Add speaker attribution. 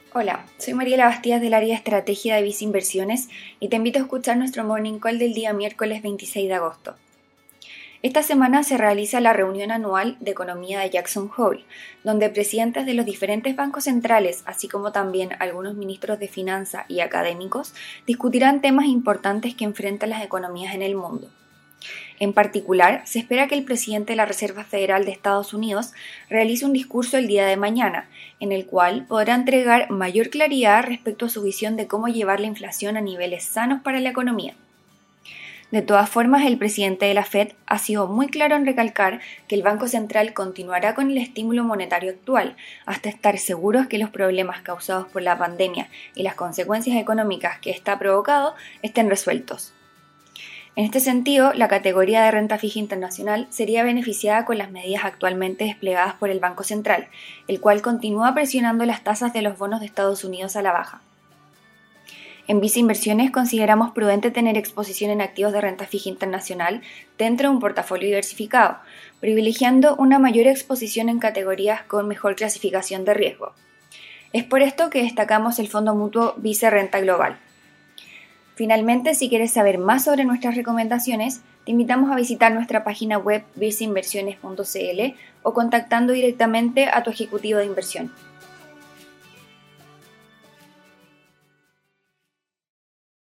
Speaker 1: Hola, soy Mariela Bastías del área de estrategia de Visa Inversiones y te invito a escuchar nuestro Morning Call del día miércoles 26 de agosto. Esta semana se realiza la reunión anual de economía de Jackson Hole, donde presidentes de los diferentes bancos centrales, así como también algunos ministros de finanzas y académicos, discutirán temas importantes que enfrentan las economías en el mundo. En particular, se espera que el presidente de la Reserva Federal de Estados Unidos realice un discurso el día de mañana, en el cual podrá entregar mayor claridad respecto a su visión de cómo llevar la inflación a niveles sanos para la economía. De todas formas, el presidente de la Fed ha sido muy claro en recalcar que el Banco Central continuará con el estímulo monetario actual, hasta estar seguros que los problemas causados por la pandemia y las consecuencias económicas que ésta ha provocado estén resueltos. En este sentido, la categoría de renta fija internacional sería beneficiada con las medidas actualmente desplegadas por el Banco Central, el cual continúa presionando las tasas de los bonos de Estados Unidos a la baja. En Visa Inversiones consideramos prudente tener exposición en activos de renta fija internacional dentro de un portafolio diversificado, privilegiando una mayor exposición en categorías con mejor clasificación de riesgo. Es por esto que destacamos el fondo mutuo Visa Renta Global. Finalmente, si quieres saber más sobre nuestras recomendaciones, te invitamos a visitar nuestra página web visainversiones.cl o contactando directamente a tu ejecutivo de inversión.